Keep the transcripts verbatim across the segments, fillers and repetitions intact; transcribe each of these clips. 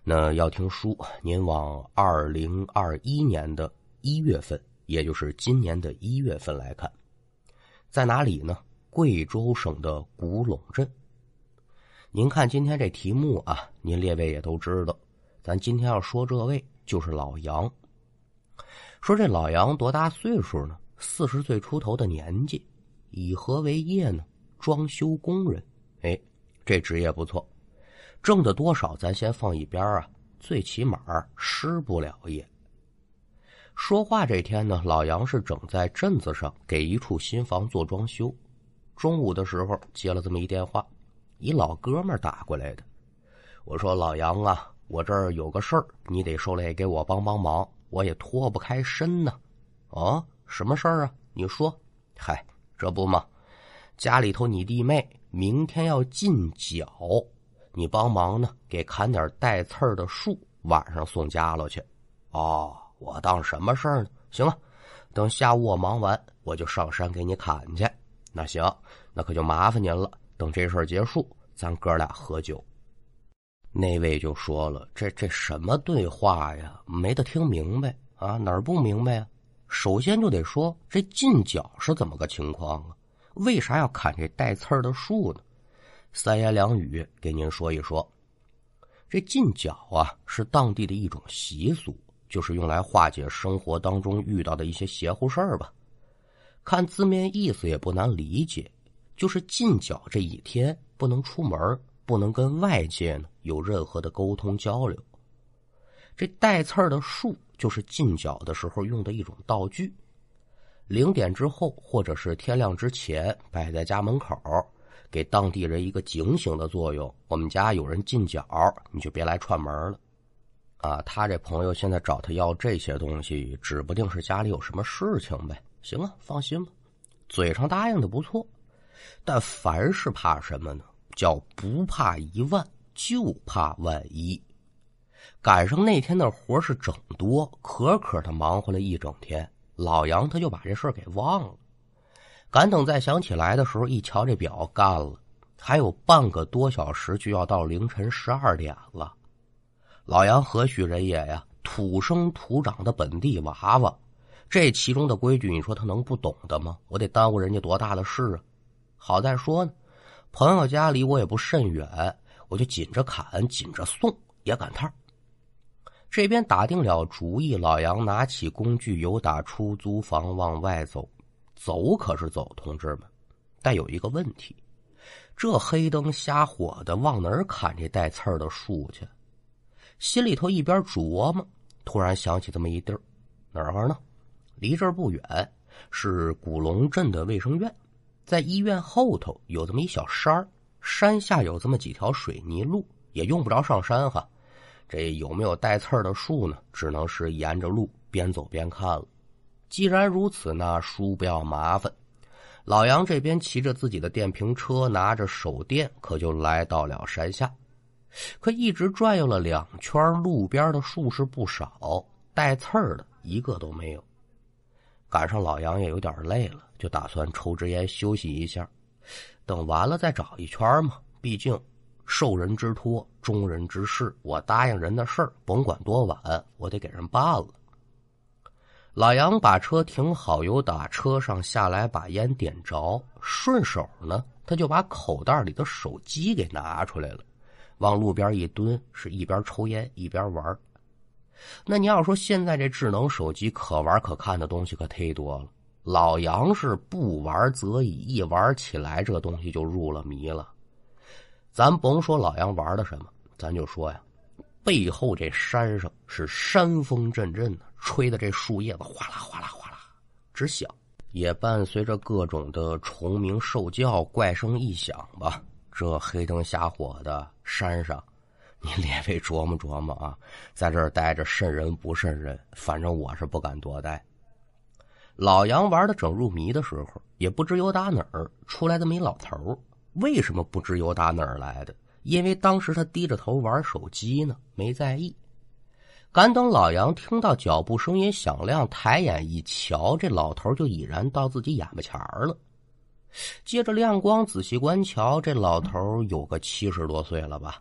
那要听书，您往二零二一年的一月份，也就是今年的一月份来看，在哪里呢？贵州省的古陇镇。您看今天这题目啊，您列位也都知道，咱今天要说这位就是老杨。说这老杨多大岁数呢？四十岁出头的年纪，以何为业呢？装修工人。哎，这职业不错。挣的多少咱先放一边啊，最起码失不了业。说话这天呢，老杨是整在镇子上给一处新房做装修。中午的时候接了这么一电话，一老哥们打过来的。我说老杨啊，我这儿有个事儿，你得受累给我帮帮忙，我也脱不开身呢。啊，什么事儿啊？你说。嗨，这不嘛，家里头你弟妹明天要进角，你帮忙呢，给砍点带刺儿的树，晚上送家了去。哦，我当什么事儿呢？行了，等下午我忙完，我就上山给你砍去。那行，那可就麻烦您了。等这事儿结束，咱哥俩喝酒。那位就说了，这这什么对话呀？没得听明白啊？哪儿不明白啊？首先就得说，这进角是怎么个情况啊？为啥要砍这带刺儿的树呢？三言两语给您说一说。这进角啊，是当地的一种习俗，就是用来化解生活当中遇到的一些邪乎事儿吧。看字面意思也不难理解，就是进角这一天不能出门，不能跟外界呢有任何的沟通交流。这带刺儿的树就是进角的时候用的一种道具，零点之后或者是天亮之前摆在家门口，给当地人一个警醒的作用。我们家有人进角，你就别来串门了。啊，他这朋友现在找他要这些东西，指不定是家里有什么事情呗。行啊，放心吧，嘴上答应的不错，但凡是怕什么呢？叫不怕一万，就怕万一。赶上那天的活是整多，可可的忙活了一整天，老杨他就把这事儿给忘了。赶等再想起来的时候，一瞧这表，干了，还有半个多小时就要到凌晨十二点了。老杨何许人也呀？土生土长的本地娃娃，这其中的规矩，你说他能不懂的吗？我得耽误人家多大的事啊！好在说呢，朋友家离我也不甚远，我就紧着砍，紧着送，也赶趟。这边打定了主意，老杨拿起工具，由打出租房往外走。走可是走，同志们，但有一个问题，这黑灯瞎火的往哪儿砍这带刺儿的树去？心里头一边琢磨，突然想起这么一地儿，哪儿呢？离这儿不远，是古龙镇的卫生院，在医院后头有这么一小山，山下有这么几条水泥路，也用不着上山哈。这有没有带刺儿的树呢？只能是沿着路边走边看了。既然如此呢，叔不要麻烦。老杨这边骑着自己的电瓶车，拿着手电，可就来到了山下。可一直转悠了两圈，路边的树是不少，带刺儿的一个都没有。赶上老杨也有点累了，就打算抽支烟休息一下，等完了再找一圈嘛。毕竟受人之托，忠人之事，我答应人的事儿，甭管多晚，我得给人办了。老杨把车停好，由打车上下来，把烟点着，顺手呢，他就把口袋里的手机给拿出来了，往路边一蹲，是一边抽烟一边玩。那你要说现在这智能手机可玩可看的东西可忒多了，老杨是不玩则已，一玩起来这东西就入了迷了。咱甭说老杨玩的什么，咱就说呀，背后这山上是山风阵阵的，吹的这树叶子哗啦哗啦哗啦直响，也伴随着各种的虫鸣兽叫，怪声异响吧。这黑灯瞎火的山上，你列位琢磨琢磨啊，在这儿待着瘆人不瘆人？反正我是不敢多待。老杨玩的整入迷的时候，也不知由打哪儿出来这么一老头。为什么不知由打哪儿来的？因为当时他低着头玩手机呢，没在意。赶等老杨听到脚步声音响亮，抬眼一瞧，这老头就已然到自己眼巴前儿了。接着亮光仔细观瞧，这老头有个七十多岁了吧，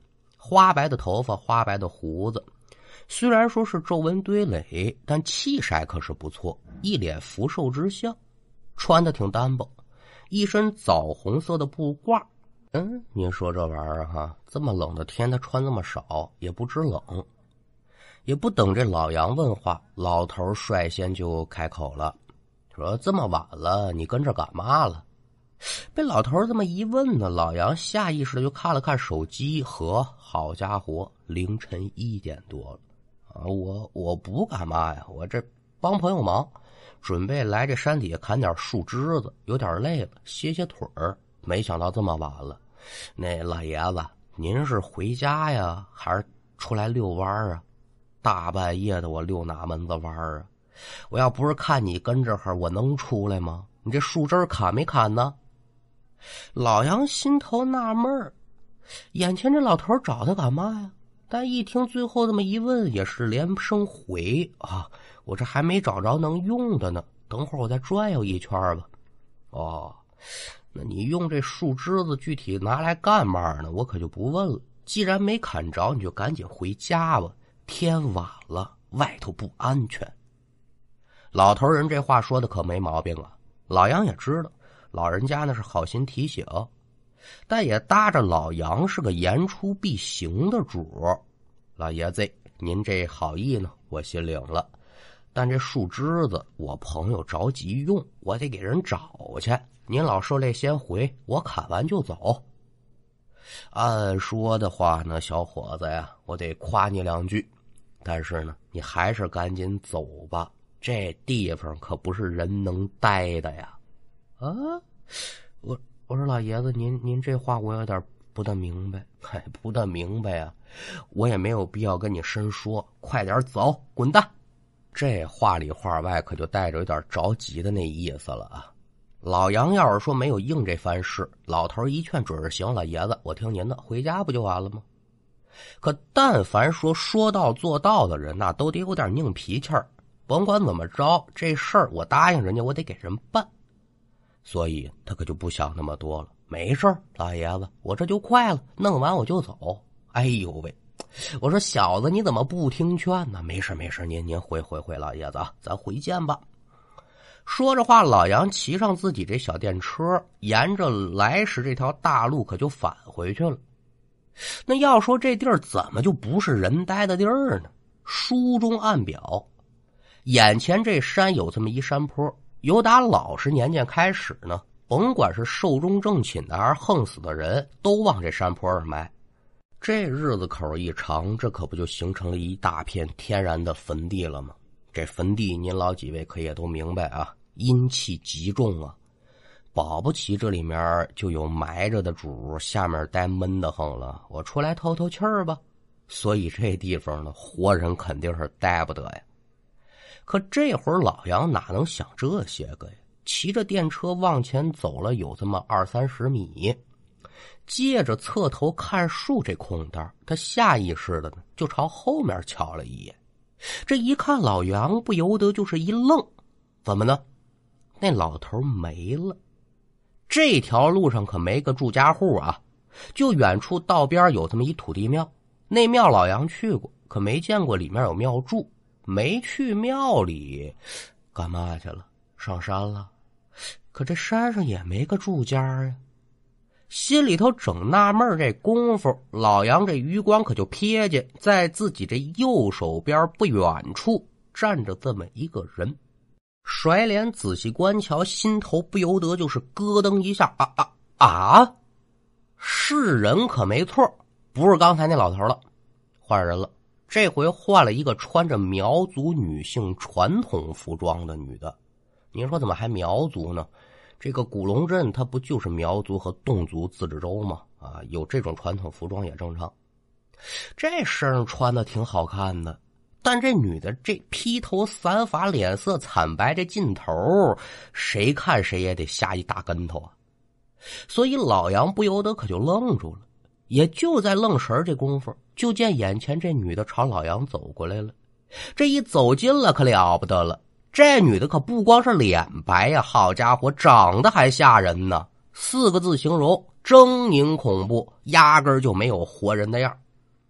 花白的头发，花白的胡子，虽然说是皱纹堆垒，但气色可是不错，一脸福寿之相，穿的挺单薄，一身枣红色的布褂。嗯，您说这玩意儿哈，这么冷的天他穿这么少，也不知冷。也不等这老杨问话，老头率先就开口了，说这么晚了，你跟这干嘛了？被老头这么一问呢，老杨下意识的就看了看手机，和好家伙，凌晨一点多了啊！我我不干嘛呀，我这帮朋友忙，准备来这山底下砍点树枝子，有点累了，歇歇腿儿。没想到这么晚了，那老爷子，您是回家呀，还是出来遛弯啊？大半夜的，我遛哪门子弯啊？我要不是看你跟这儿，我能出来吗？你这树枝砍没砍呢？老杨心头纳闷儿，眼前这老头找他干嘛呀？但一听最后这么一问，也是连声回啊，我这还没找着能用的呢，等会儿我再转悠一圈吧。哦，那你用这树枝子具体拿来干嘛呢？我可就不问了。既然没砍着，你就赶紧回家吧，天晚了，外头不安全。老头人这话说的可没毛病啊，老杨也知道老人家呢是好心提醒，但也搭着老杨是个言出必行的主。老爷子，您这好意呢我心领了，但这树枝子我朋友着急用，我得给人找去，您老受累先回，我砍完就走。按说的话呢，小伙子呀，我得夸你两句，但是呢你还是赶紧走吧，这地方可不是人能待的呀。啊，我我说老爷子，您您这话我有点不大明白。嗨，不大明白呀，我也没有必要跟你深说，快点走，滚蛋。这话里话外可就带着有点着急的那意思了啊。老杨要是说没有应这番事，老头一劝准是行，老爷子我听您的，回家不就完了吗？可但凡说说到做到的人，那都得有点拧脾气儿，甭管怎么着，这事儿我答应人家，我得给人办。所以他可就不想那么多了，没事儿，老爷子，我这就快了，弄完我就走。哎呦喂，我说小子你怎么不听劝呢？没事没事，您您回回回，老爷子啊，咱回见吧。说着话，老杨骑上自己这小电车，沿着来时这条大路可就返回去了。那要说这地儿怎么就不是人待的地儿呢？书中暗表，眼前这山有这么一山坡，由打老实年间开始呢，甭管是寿终正寝的还是横死的人，都往这山坡上埋。这日子口一长，这可不就形成了一大片天然的坟地了吗？这坟地您老几位可也都明白啊，阴气极重啊，保不齐这里面就有埋着的主，下面待闷得慌了，我出来透透气儿吧。所以这地方呢，活人肯定是待不得呀。可这会儿老杨哪能想这些个呀？骑着电车往前走了有这么二三十米，接着侧头看树这空档，他下意识的呢就朝后面瞧了一眼。这一看老杨不由得就是一愣，怎么呢？那老头没了。这条路上可没个住家户啊，就远处道边有这么一土地庙，那庙老杨去过，可没见过里面有庙祝，没去庙里，干嘛去了？上山了。可这山上也没个住家呀。心里头整纳闷，这功夫老杨这余光可就瞥见在自己这右手边不远处站着这么一个人，甩脸仔细观瞧，心头不由得就是咯噔一下，啊啊啊！是人可没错，不是刚才那老头了，换人了。这回换了一个穿着苗族女性传统服装的女的。您说怎么还苗族呢？这个古龙镇它不就是苗族和侗族自治州吗？啊，有这种传统服装也正常。这身上穿的挺好看的，但这女的这披头散发，脸色惨白，这劲头谁看谁也得吓一大跟头啊。所以老杨不由得可就愣住了。也就在愣神这功夫，就见眼前这女的朝老杨走过来了。这一走近了可了不得了，这女的可不光是脸白呀，好家伙，长得还吓人呢。四个字形容：狰狞恐怖，压根儿就没有活人的样。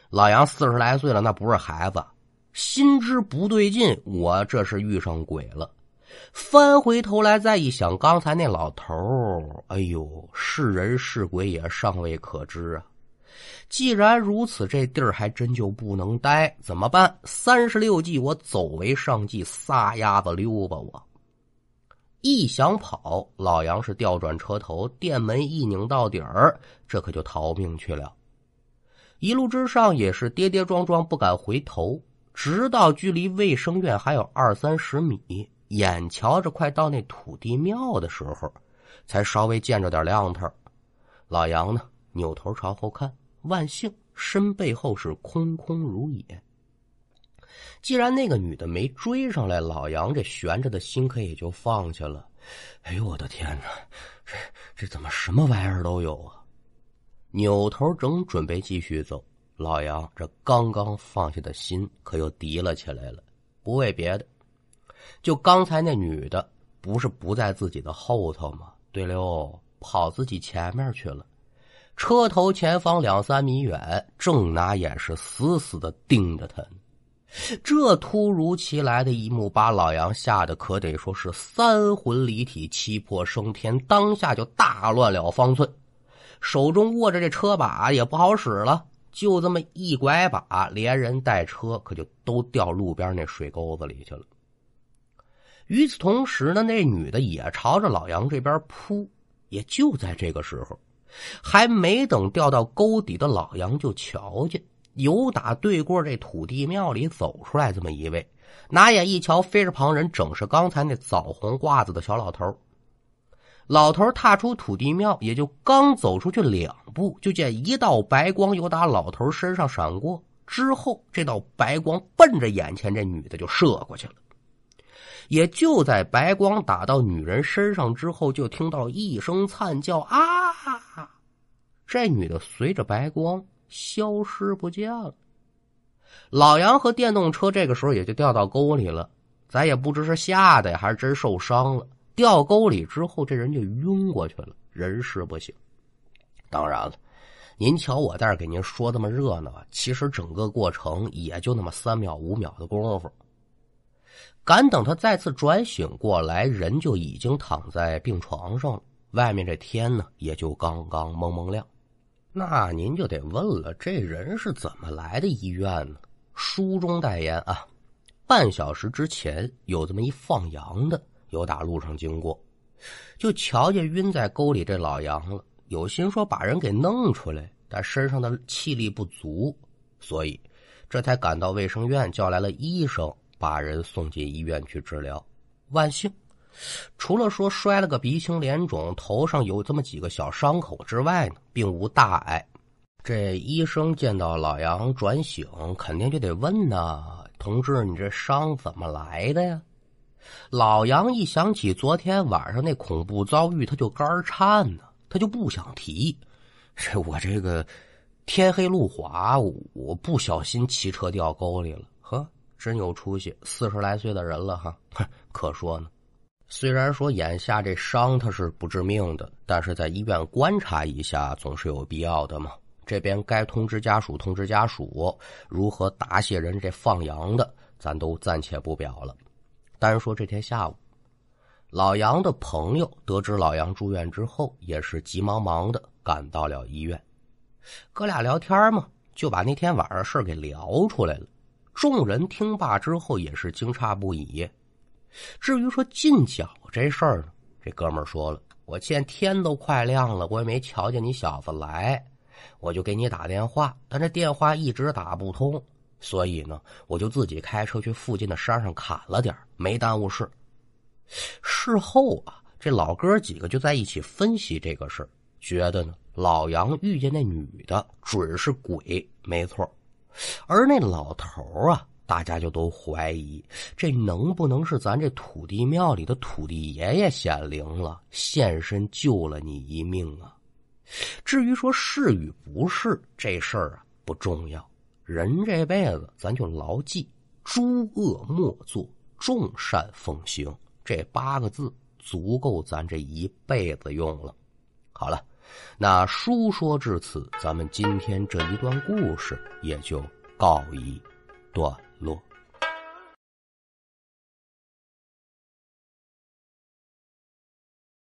老杨四十来岁了，那不是孩子，心知不对劲，我这是遇上鬼了。翻回头来再一想，刚才那老头儿，哎呦，是人是鬼也尚未可知啊。既然如此，这地儿还真就不能待，怎么办？三十六计，我走为上计，撒丫子溜吧我。一想跑，老杨是调转车头，店门一拧到底儿，这可就逃命去了。一路之上也是跌跌撞撞，不敢回头，直到距离卫生院还有二三十米，眼瞧着快到那土地庙的时候，才稍微见着点亮头。老杨呢，扭头朝后看，万幸身背后是空空如也。既然那个女的没追上来，老杨这悬着的心可也就放下了。哎呦我的天哪，这这怎么什么玩意儿都有啊？扭头正准备继续走，老杨这刚刚放下的心可又提了起来了。不为别的，就刚才那女的不是不在自己的后头吗？对溜，跑自己前面去了。车头前方两三米远，正拿眼是死死的盯着他。这突如其来的一幕把老杨吓得可得说是三魂离体，七魄升天，当下就大乱了方寸，手中握着这车把也不好使了，就这么一拐把，连人带车可就都掉路边那水沟子里去了。与此同时呢，那女的也朝着老杨这边扑。也就在这个时候，还没等掉到沟底的老杨就瞧见有打对过这土地庙里走出来这么一位，拿眼一瞧，非是旁人，正是刚才那枣红褂子的小老头。老头踏出土地庙，也就刚走出去两步，就见一道白光由打老头身上闪过，之后这道白光奔着眼前这女的就射过去了。也就在白光打到女人身上之后，就听到一声惨叫啊！这女的随着白光消失不见了。老杨和电动车这个时候也就掉到沟里了，咱也不知是吓的呀还是真受伤了。掉沟里之后，这人就晕过去了，人事不省。当然了，您瞧我在这给您说这么热闹啊，其实整个过程也就那么三秒五秒的功夫。赶等他再次转醒过来，人就已经躺在病床上了，外面这天呢也就刚刚蒙蒙亮。那您就得问了，这人是怎么来的医院呢？书中代言啊，半小时之前有这么一放羊的由打路上经过，就瞧见晕在沟里这老杨了，有心说把人给弄出来，但身上的气力不足，所以这才赶到卫生院，叫来了医生，把人送进医院去治疗。万幸除了说摔了个鼻青脸肿，头上有这么几个小伤口之外呢，并无大碍。这医生见到老杨转醒，肯定就得问呢，同志，你这伤怎么来的呀？老杨一想起昨天晚上那恐怖遭遇，他就肝颤呢，他就不想提。这我这个天黑路滑，我不小心骑车掉沟里了，呵，真有出息，四十来岁的人了哈，可说呢。虽然说眼下这伤他是不致命的，但是在医院观察一下总是有必要的嘛。这边该通知家属通知家属，如何答谢人这放羊的咱都暂且不表了。单说这天下午，老杨的朋友得知老杨住院之后，也是急忙忙的赶到了医院。哥俩聊天嘛，就把那天晚上事给聊出来了。众人听罢之后也是惊诧不已。至于说进脚这事儿呢，这哥们儿说了，我见天都快亮了，我也没瞧见你小子来，我就给你打电话，但这电话一直打不通，所以呢我就自己开车去附近的山上砍了点，没耽误事。事后啊，这老哥几个就在一起分析这个事儿，觉得呢老杨遇见那女的准是鬼没错，而那老头啊，大家就都怀疑这能不能是咱这土地庙里的土地爷爷显灵了，现身救了你一命啊。至于说是与不是这事儿啊不重要，人这辈子咱就牢记诸恶莫作，众善奉行，这八个字足够咱这一辈子用了。好了， 那书说至此，咱们今天这一段故事也就告一段落。